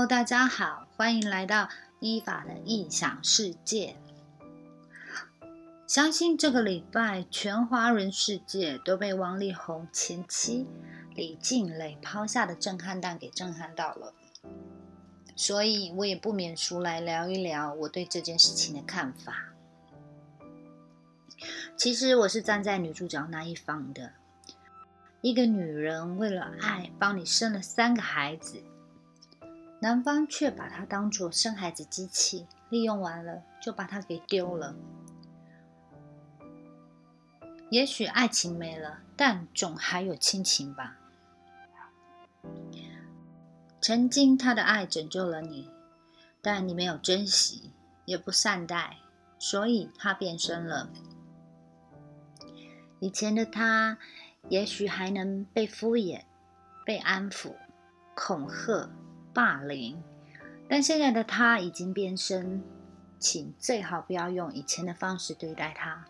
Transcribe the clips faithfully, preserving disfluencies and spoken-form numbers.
Hello， 大家好，欢迎来到依法的异想世界。相信这个礼拜全华人世界都被王力宏前妻李静蕾抛下的震撼弹给震撼到了，所以我也不免俗来聊一聊我对这件事情的看法。其实我是站在女主角那一方的，一个女人为了爱帮你生了三个孩子，男方却把她当作生孩子机器，利用完了就把她给丢了。也许爱情没了，但总还有亲情吧。曾经他的爱拯救了你，但你没有珍惜，也不善待，所以他变身了。以前的他也许还能被敷衍、被安抚、恐吓、霸凌，但现在的他已经变身，请最好不要用以前的方式对待他。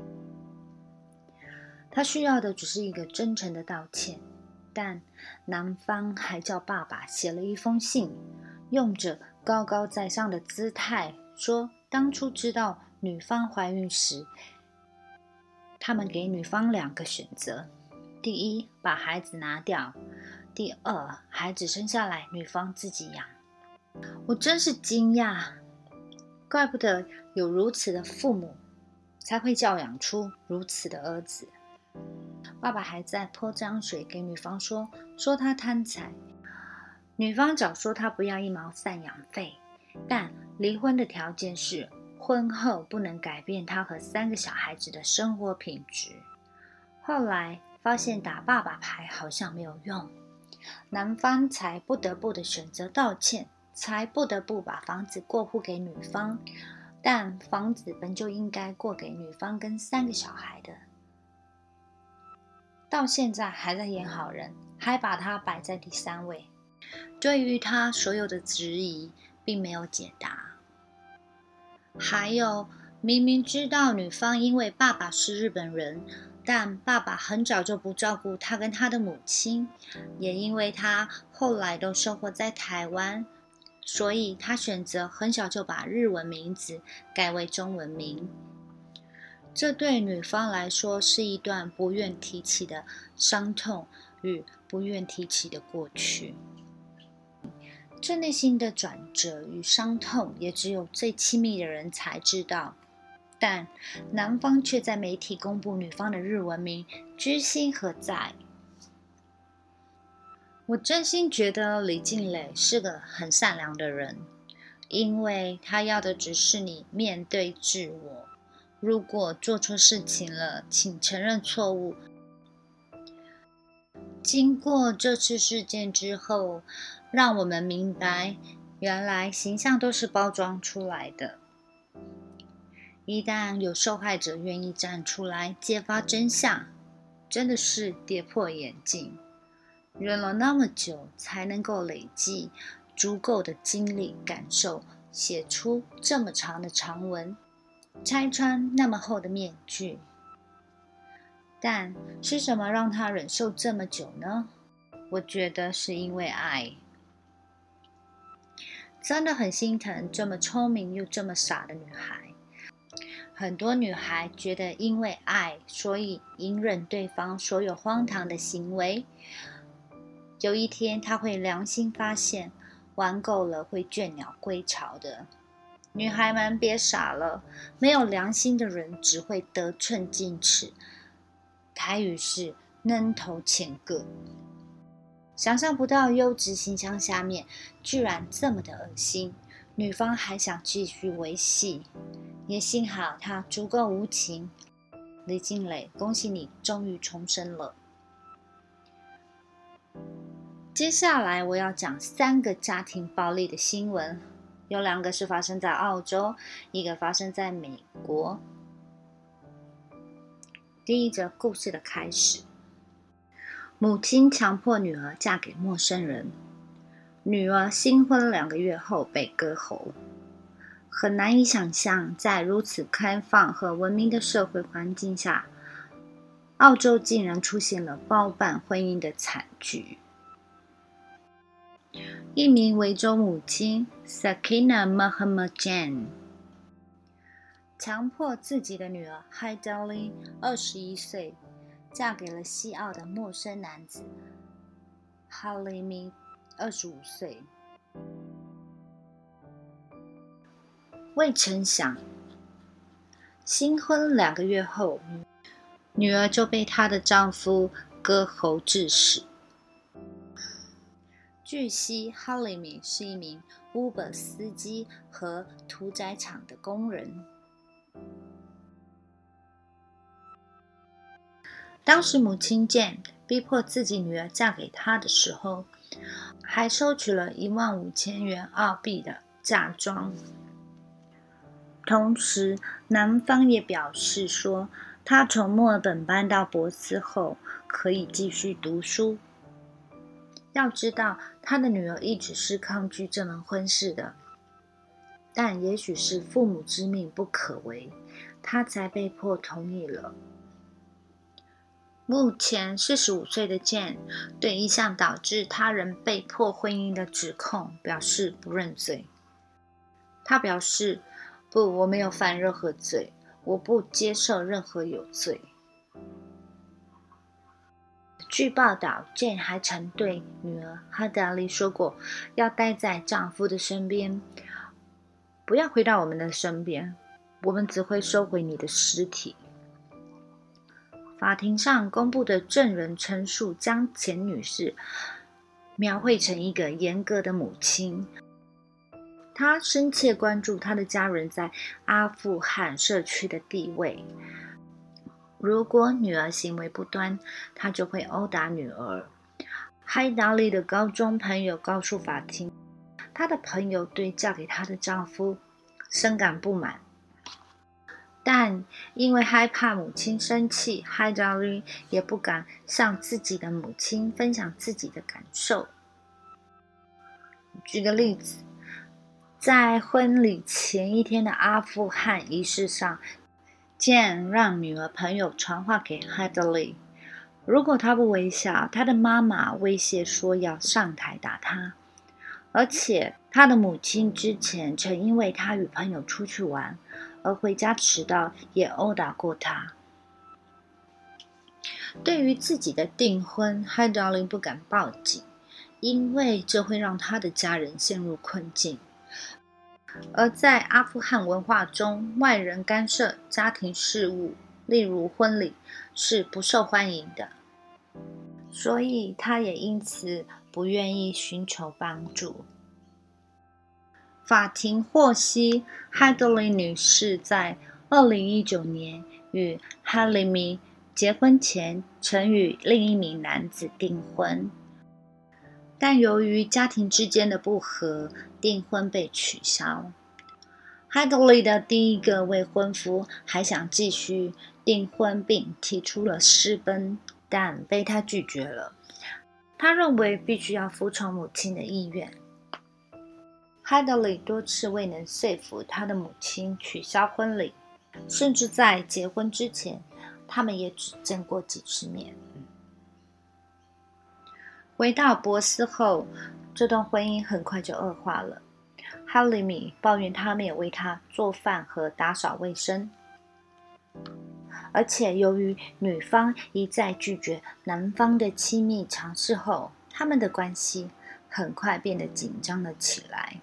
他需要的只是一个真诚的道歉，但男方还叫爸爸写了一封信，用着高高在上的姿态说，当初知道女方怀孕时，他们给女方两个选择：第一，把孩子拿掉；第二，孩子生下来女方自己养。我真是惊讶，怪不得有如此的父母，才会教养出如此的儿子。爸爸还在泼脏水给女方说，说他贪财。女方早说他不要一毛赡养费，但离婚的条件是婚后不能改变他和三个小孩子的生活品质。后来发现打爸爸牌好像没有用，男方才不得不的选择道歉，才不得不把房子过户给女方，但房子本就应该过给女方跟三个小孩的。到现在还在演好人，还把他摆在第三位，对于他所有的质疑并没有解答。还有，明明知道女方因为爸爸是日本人，但爸爸很早就不照顾他跟他的母亲，也因为他后来都生活在台湾，所以他选择很小就把日文名字改为中文名。这对女方来说是一段不愿提起的伤痛与不愿提起的过去。这内心的转折与伤痛也只有最亲密的人才知道，但男方却在媒体公布女方的日文名，居心何在？我真心觉得李静蕾是个很善良的人，因为她要的只是你面对自我。如果做错事情了，请承认错误。经过这次事件之后，让我们明白，原来形象都是包装出来的。一旦有受害者愿意站出来揭发真相，真的是跌破眼镜。忍了那么久，才能够累积足够的经历感受，写出这么长的长文，拆穿那么厚的面具。但是什么让他忍受这么久呢？我觉得是因为爱。真的很心疼这么聪明又这么傻的女孩。很多女孩觉得因为爱，所以隐忍对方所有荒唐的行为。有一天她会良心发现，玩够了会倦鸟归巢的。女孩们别傻了，没有良心的人只会得寸进尺。台语是扔头前个。想象不到优质形象下面居然这么的恶心，女方还想继续维系，也幸好她足够无情。李静蕾，恭喜你终于重生了。接下来我要讲三个家庭暴力的新闻，有两个是发生在澳洲，一个发生在美国。第一则故事的开始，母亲强迫女儿嫁给陌生人，女儿新婚两个月后被割喉。很难以想象，在如此开放和文明的社会环境下，澳洲竟然出现了包办婚姻的惨剧。 一名维州母亲 Sakina Muhammad Jan 强迫自己的女儿 Haidarli 二十一岁嫁给了西澳的陌生男子 Halimi 二十五岁。未曾想，新婚两个月后，女儿就被她的丈夫割喉致死。据悉，哈里米是一名 Uber 司机和屠宰场的工人。当时母亲 Jane 逼迫自己女儿嫁给他的时候，还收取了一万五千元澳币的嫁妆。同时，男方也表示说，他从墨尔本搬到博斯后，可以继续读书。要知道，他的女儿一直是抗拒这门婚事的，但也许是父母之命不可违，他才被迫同意了。目前四十五岁的 Jane 对一项导致他人被迫婚姻的指控表示不认罪。他表示，不，我没有犯任何罪，我不接受任何有罪。据报道 Jane 还曾对女儿哈达利说过，要待在丈夫的身边，不要回到我们的身边，我们只会收回你的尸体。法庭上公布的证人陈述将钱女士描绘成一个严格的母亲，她深切关注她的家人在阿富汗社区的地位。如果女儿行为不端，她就会殴打女儿。海达利的高中朋友告诉法庭，她的朋友对嫁给她的丈夫深感不满，但因为害怕母亲生气，海达利也不敢向自己的母亲分享自己的感受。举个例子，在婚礼前一天的阿富汗仪式上，Jane 让女儿朋友传话给 Haidarli， 如果她不微笑，她的妈妈威胁说要上台打她，而且她的母亲之前曾因为她与朋友出去玩而回家迟到，也殴打过她。对于自己的订婚， Haidarli 不敢报警，因为这会让他的家人陷入困境。而在阿富汗文化中，外人干涉家庭事务，例如婚礼，是不受欢迎的，所以他也因此不愿意寻求帮助。法庭获悉， Haidarli 女士在二零一九年与 Halimi 结婚前曾与另一名男子订婚，但由于家庭之间的不和，订婚被取消。Haidarli 的第一个未婚夫还想继续订婚，并提出了私奔，但被他拒绝了。他认为必须要服从母亲的意愿。Haidarli 多次未能说服他的母亲取消婚礼，甚至在结婚之前，他们也只见过几次面。回到博斯后，这段婚姻很快就恶化了。Halimi 抱怨他没有为他做饭和打扫卫生，而且由于女方一再拒绝男方的亲密尝试后，他们的关系很快变得紧张了起来。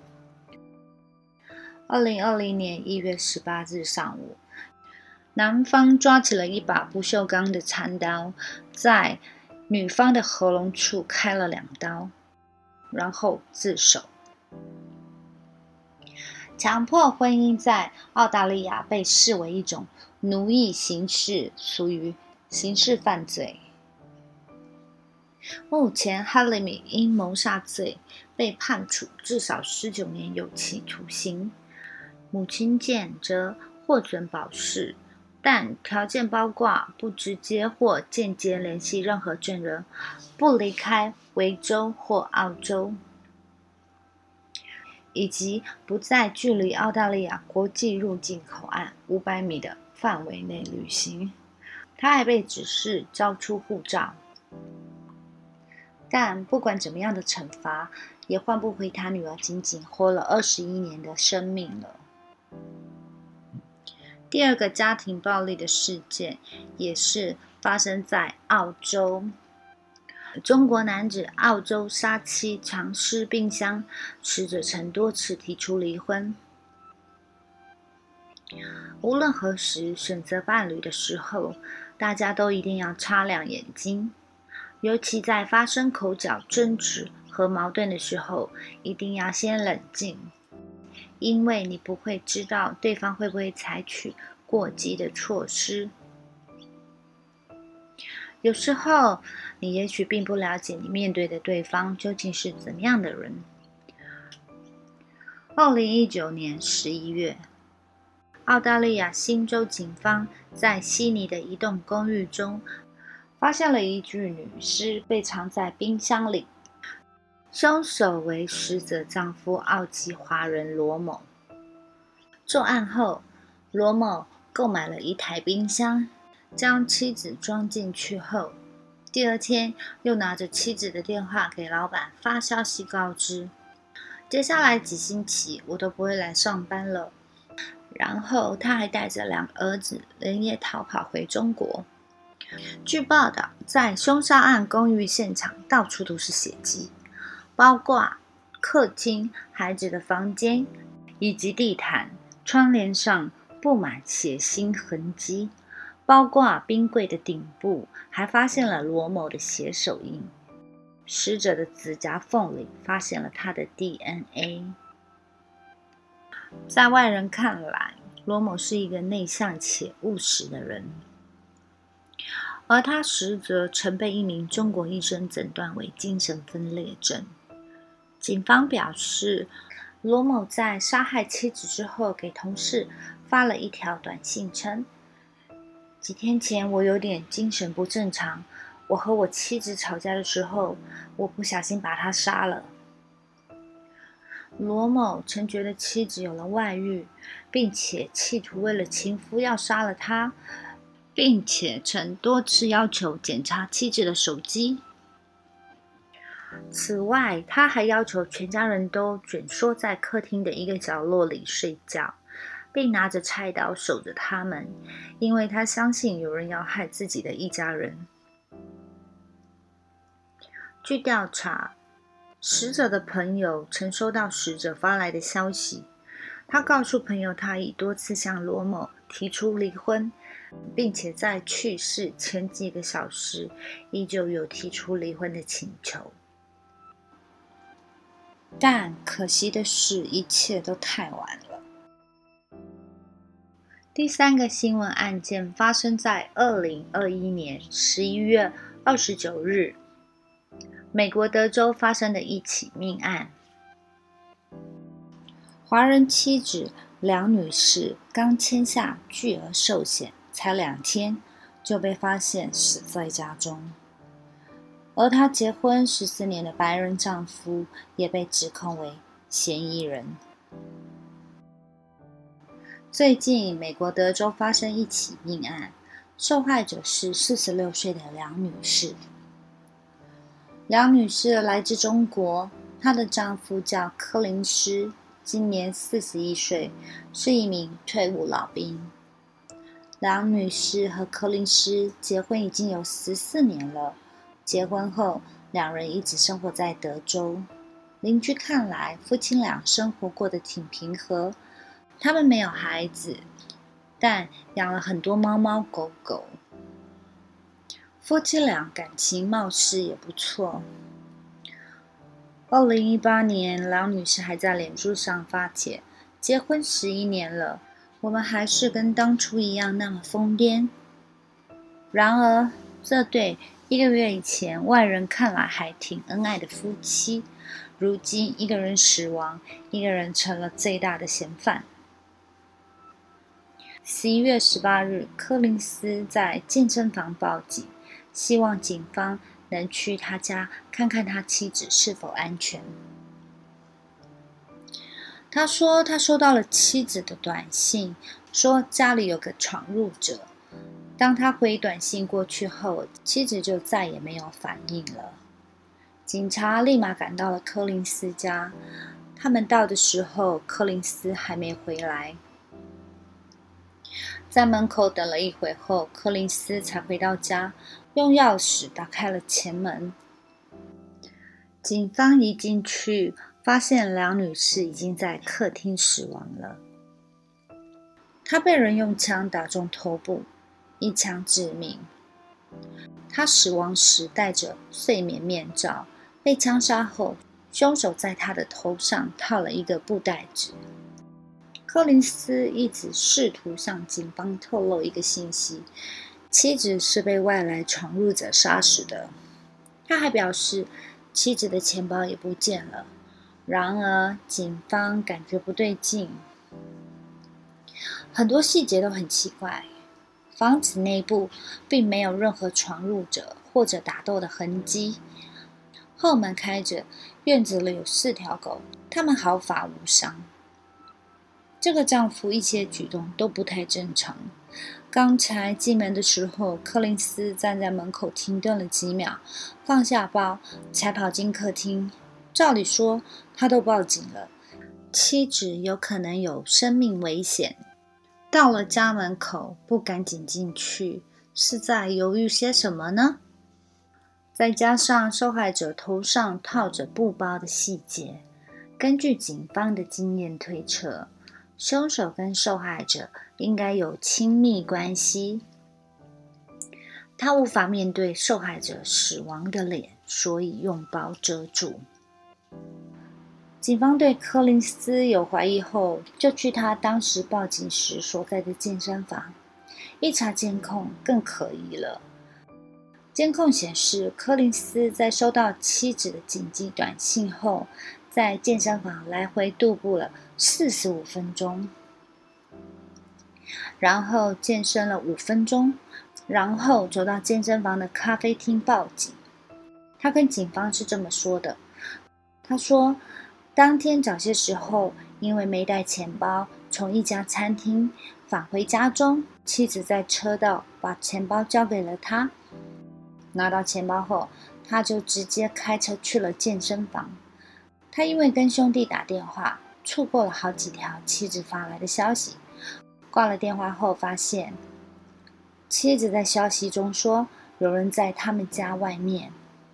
二零二零年一月十八日上午，男方抓起了一把不锈钢的餐刀，在女方的喉咙处开了两刀，然后自首。强迫婚姻在澳大利亚被视为一种奴役形式，属于刑事犯罪。目前 Halimi 因谋杀罪被判处至少十九年有期徒刑，母亲 Jane 则获准保释，但条件包括不直接或间接联系任何证人，不离开维州或澳洲，以及不在距离澳大利亚国际入境口岸五百米的范围内旅行。他还被指示交出护照。 但不管怎么样的惩罚，也换不回他女儿仅仅活了二十一年的生命了。第二个家庭暴力的事件也是发生在澳洲。中国男子澳洲杀妻藏尸冰箱，死者曾多次提出离婚。无论何时选择伴侣的时候，大家都一定要擦亮眼睛，尤其在发生口角争执和矛盾的时候，一定要先冷静，因为你不会知道对方会不会采取过激的措施。有时候你也许并不了解你面对的对方究竟是怎么样的人。二零一九年十一月，澳大利亚新州警方在悉尼的一栋公寓中发现了一具女尸被藏在冰箱里，凶手为死者丈夫澳籍华人罗某。作案后，罗某购买了一台冰箱，将妻子装进去后，第二天又拿着妻子的电话给老板发消息告知，接下来几星期我都不会来上班了。然后他还带着两个儿子连夜逃跑回中国。据报道，在凶杀案公寓现场到处都是血迹，包括客厅、孩子的房间以及地毯、窗帘上布满血腥痕迹，包括冰柜的顶部还发现了罗某的血手印，死者的指甲缝里发现了他的 D N A。 在外人看来，罗某是一个内向且务实的人，而他实则曾被一名中国医生诊断为精神分裂症。警方表示，罗某在杀害妻子之后给同事发了一条短信称，几天前我有点精神不正常，我和我妻子吵架的时候，我不小心把她杀了。罗某曾觉得妻子有了外遇，并且企图为了情夫要杀了他，并且曾多次要求检查妻子的手机。此外，他还要求全家人都蜷缩在客厅的一个角落里睡觉，并拿着菜刀守着他们，因为他相信有人要害自己的一家人。据调查，死者的朋友曾收到死者发来的消息，他告诉朋友他已多次向罗某提出离婚，并且在去世前几个小时依旧有提出离婚的请求。但可惜的是，一切都太晚了。第三个新闻案件发生在二零二一年十一月二十九日，美国德州发生的一起命案。华人妻子梁女士刚签下巨额寿险，才两天就被发现死在家中，而她结婚十四年的白人丈夫也被指控为嫌疑人。最近，美国德州发生一起命案，受害者是四十六岁的梁女士。梁女士来自中国，她的丈夫叫柯林斯，今年四十一岁，是一名退伍老兵。梁女士和柯林斯结婚已经有十四年了，结婚后两人一直生活在德州。邻居看来，夫妻俩生活过得挺平和，他们没有孩子，但养了很多猫猫狗狗。夫妻俩感情貌似也不错。二零一八年，梁女士还在脸书上发帖，结婚十一年了，我们还是跟当初一样那么疯癫。然而，这对一个月以前外人看来还挺恩爱的夫妻，如今一个人死亡，一个人成了最大的嫌犯。十一月十八日，柯林斯在健身房报警，希望警方能去他家看看他妻子是否安全。他说他收到了妻子的短信，说家里有个闯入者。当他回短信过去后，妻子就再也没有反应了。 警察立马赶到了柯林斯家，他们到的时候，柯林斯还没回来。在门口等了一会后，柯林斯才回到家，用钥匙打开了前门。警方一进去，发现梁女士已经在客厅死亡了。她被人用枪打中头部，一枪致命。她死亡时戴着睡眠面罩，被枪杀后，凶手在她的头上套了一个布袋子。柯林斯一直试图向警方透露一个信息，妻子是被外来闯入者杀死的。他还表示妻子的钱包也不见了。然而警方感觉不对劲，很多细节都很奇怪。房子内部并没有任何闯入者或者打斗的痕迹，后门开着，院子里有四条狗，它们毫发无伤。这个丈夫一切举动都不太正常。刚才进门的时候，柯林斯站在门口停顿了几秒，放下包，才跑进客厅。照理说，他都报警了，妻子有可能有生命危险。到了家门口，不赶紧进去，是在犹豫些什么呢？再加上受害者头上套着布包的细节，根据警方的经验推测，凶手跟受害者应该有亲密关系。他无法面对受害者死亡的脸，所以用包遮住。警方对柯林斯有怀疑后，就去他当时报警时所在的健身房。一查监控更可疑了。监控显示，柯林斯在收到妻子的紧急短信后，在健身房来回踱步了四十五分钟，然后健身了五分钟，然后走到健身房的咖啡厅报警。他跟警方是这么说的，他说当天早些时候，因为没带钱包，从一家餐厅返回家中，妻子在车道把钱包交给了他。拿到钱包后，他就直接开车去了健身房。他因为跟兄弟打电话，错过了好几条妻子发来的消息。挂了电话后，发现妻子在消息中说有人在他们家外面。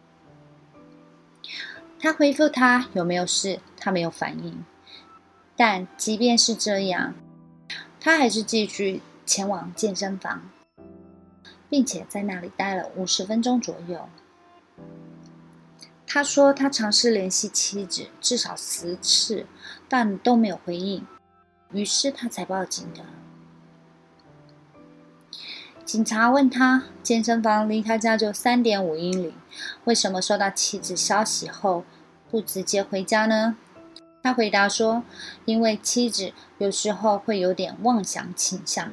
他回复他有没有事，他没有反应。但即便是这样，他还是继续前往健身房，并且在那里待了五十分钟左右。他说他尝试联系妻子至少十次，但都没有回应，于是他才报警的。警察问他，健身房离他家就 三点五英里，为什么收到妻子消息后不直接回家呢？他回答说，因为妻子有时候会有点妄想倾向，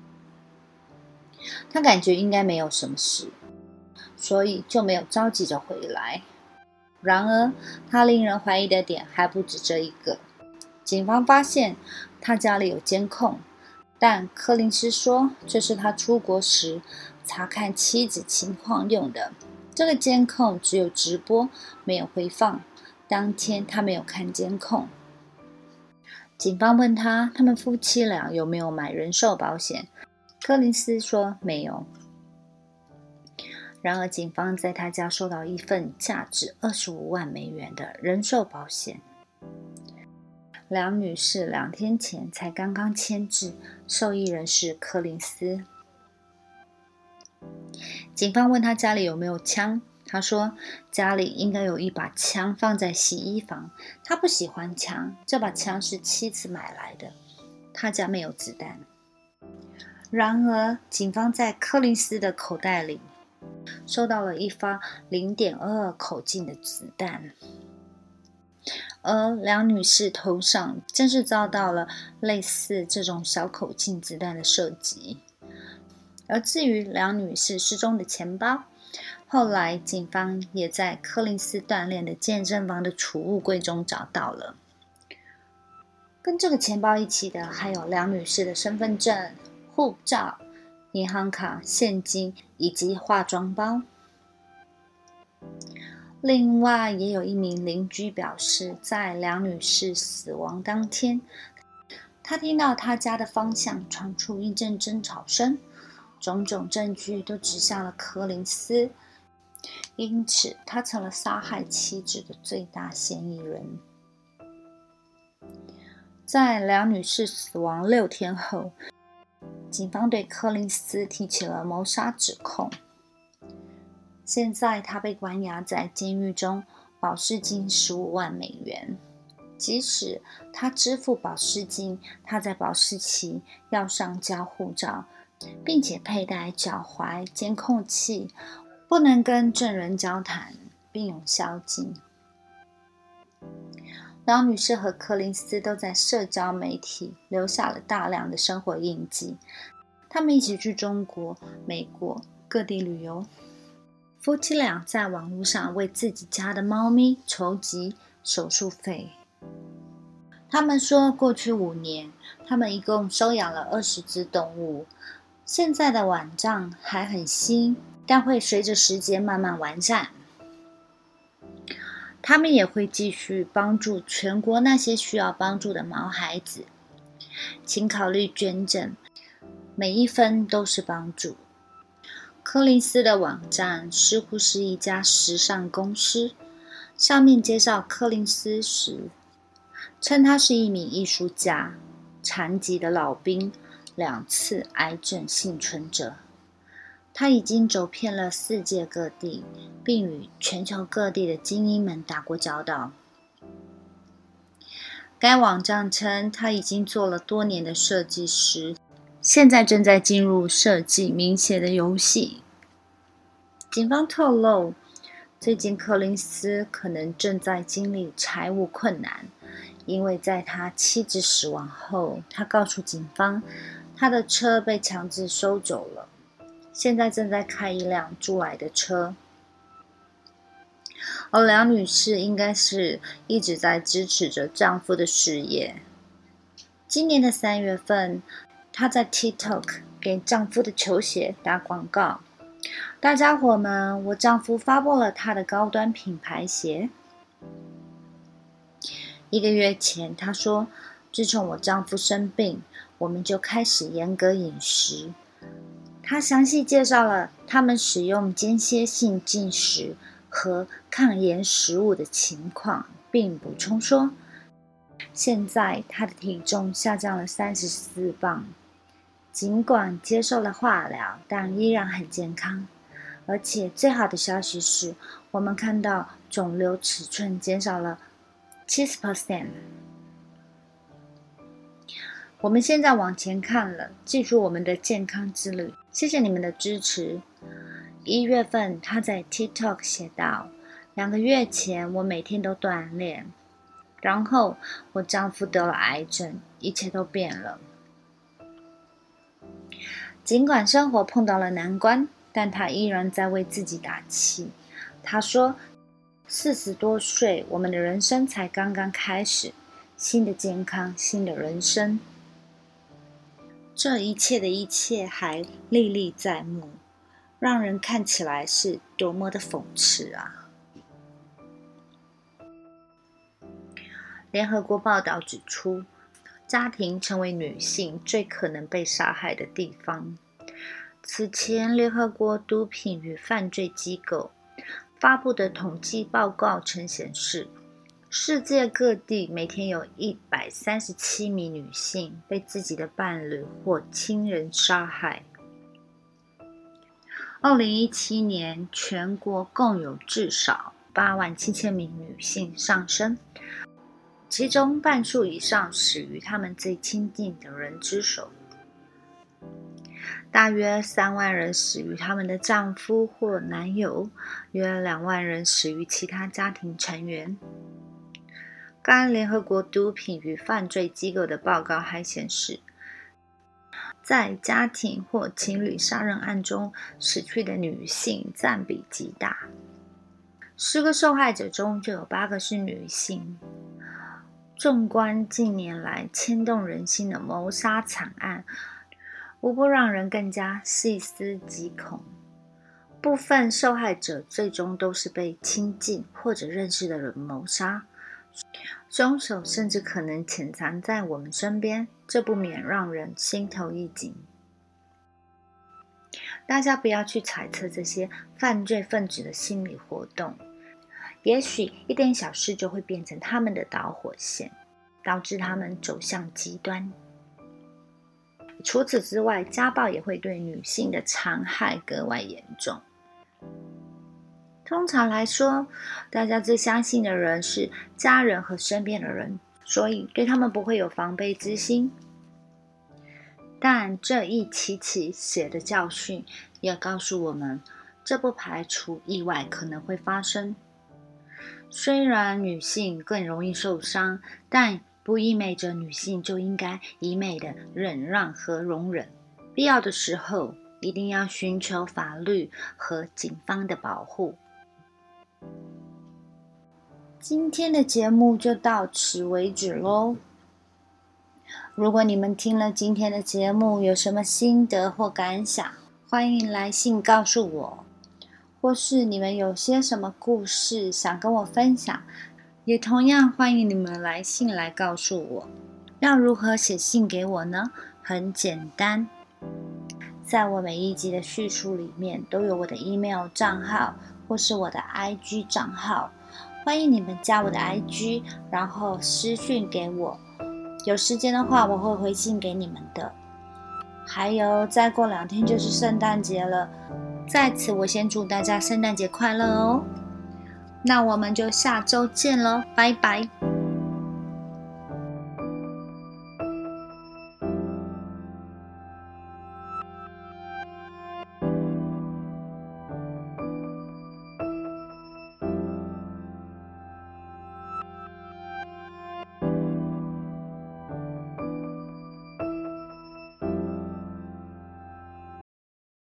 他感觉应该没有什么事，所以就没有着急着回来。然而他令人怀疑的点还不止这一个。警方发现他家里有监控，但柯林斯说这是他出国时查看妻子情况用的。这个监控只有直播，没有回放，当天他没有看监控。警方问他，他们夫妻俩有没有买人寿保险？柯林斯说没有。然而警方在他家收到一份价值二十五万美元的人寿保险。梁女士两天前才刚刚签字，受益人是柯林斯。警方问他家里有没有枪，他说家里应该有一把枪放在洗衣房，他不喜欢枪，这把枪是妻子买来的，他家没有子弹。然而警方在柯林斯的口袋里收到了一发 零点二二 口径的子弹，而梁女士头上正是遭到了类似这种小口径子弹的射击。而至于梁女士失踪的钱包，后来警方也在柯林斯锻炼的健身房的储物柜中找到了。跟这个钱包一起的还有梁女士的身份证、护照、银行卡、现金以及化妆包。 另外，也有一名邻居表示，在梁女士死亡当天，他听到他家的方向传出一阵争吵声，种种证据都指向了柯林斯，因此他成了杀害妻子的最大嫌疑人。在梁女士死亡六天后，警方对柯林斯提起了谋杀指控。现在他被关押在监狱中，保释金十五万美元。即使他支付保释金，他在保释期要上交护照，并且佩戴脚踝监控器，不能跟证人交谈，并有宵禁。梁女士和柯林斯都在社交媒体留下了大量的生活印记。他们一起去中国、美国各地旅游。夫妻俩在网络上为自己家的猫咪筹集手术费。他们说，过去五年，他们一共收养了二十只动物。现在的网站还很新，但会随着时间慢慢完善。他们也会继续帮助全国那些需要帮助的毛孩子。请考虑捐赠，每一分都是帮助。柯林斯的网站似乎是一家时尚公司，上面介绍柯林斯时，称他是一名艺术家、残疾的老兵、两次癌症幸存者。他已经走遍了世界各地，并与全球各地的精英们打过交道。该网站称他已经做了多年的设计师，现在正在进入设计明显的游戏。警方透露，最近柯林斯可能正在经历财务困难，因为在他妻子死亡后，他告诉警方，他的车被强制收走了，现在正在开一辆租来的车。而梁女士应该是一直在支持着丈夫的事业。今年的三月份，她在 TikTok 给丈夫的球鞋打广告。大家伙们，我丈夫发布了他的高端品牌鞋。一个月前，她说，自从我丈夫生病，我们就开始严格饮食。她详细介绍了他们使用间歇性进食和抗盐食物的情况，并补充说，现在她的体重下降了三十四磅，尽管接受了化疗，但依然很健康。而且最好的消息是，我们看到肿瘤尺寸减少了 百分之七十。 我们现在往前看了，记住我们的健康之旅，谢谢你们的支持。一月份，他在 TikTok 写道，两个月前我每天都锻炼，然后我丈夫得了癌症，一切都变了。尽管生活碰到了难关，但他依然在为自己打气。他说，四十多岁，我们的人生才刚刚开始，新的健康，新的人生。这一切的一切还历历在目，让人看起来是多么的讽刺啊！联合国报道指出，家庭成为女性最可能被杀害的地方。此前，联合国毒品与犯罪机构发布的统计报告曾显示，世界各地每天有一百三十七名女性被自己的伴侣或亲人杀害。二零一七年，全国共有至少八万七千名女性丧生，其中半数以上死于他们最亲近的人之手。大约三万人死于他们的丈夫或男友，约两万人死于其他家庭成员。该联合国毒品与犯罪机构的报告还显示，在家庭或情侣杀人案中死去的女性占比极大，十个受害者中就有八个是女性。纵观近年来牵动人心的谋杀惨案，无不让人更加细思极恐。 部分受害者最终都是被亲近或者认识的人谋杀，凶手甚至可能潜藏在我们身边，这不免让人心头一紧。大家不要去猜测这些犯罪分子的心理活动，也许一点小事就会变成他们的导火线，导致他们走向极端。除此之外，家暴也会对女性的残害格外严重。通常来说，大家最相信的人是家人和身边的人，所以对他们不会有防备之心。但这一起起血的教训也告诉我们，这不排除意外可能会发生。虽然女性更容易受伤，但不意味着女性就应该一昧的忍让和容忍。必要的时候，一定要寻求法律和警方的保护。今天的节目就到此为止咯。如果你们听了今天的节目有什么心得或感想，欢迎来信告诉我，或是你们有些什么故事想跟我分享，也同样欢迎你们来信来告诉我。要如何写信给我呢？很简单，在我每一集的叙述里面都有我的 email 账号或是我的 I G 账号，欢迎你们加我的 I G， 然后私讯给我，有时间的话我会回信给你们的。还有再过两天就是圣诞节了，在此我先祝大家圣诞节快乐哦。那我们就下周见咯，拜拜。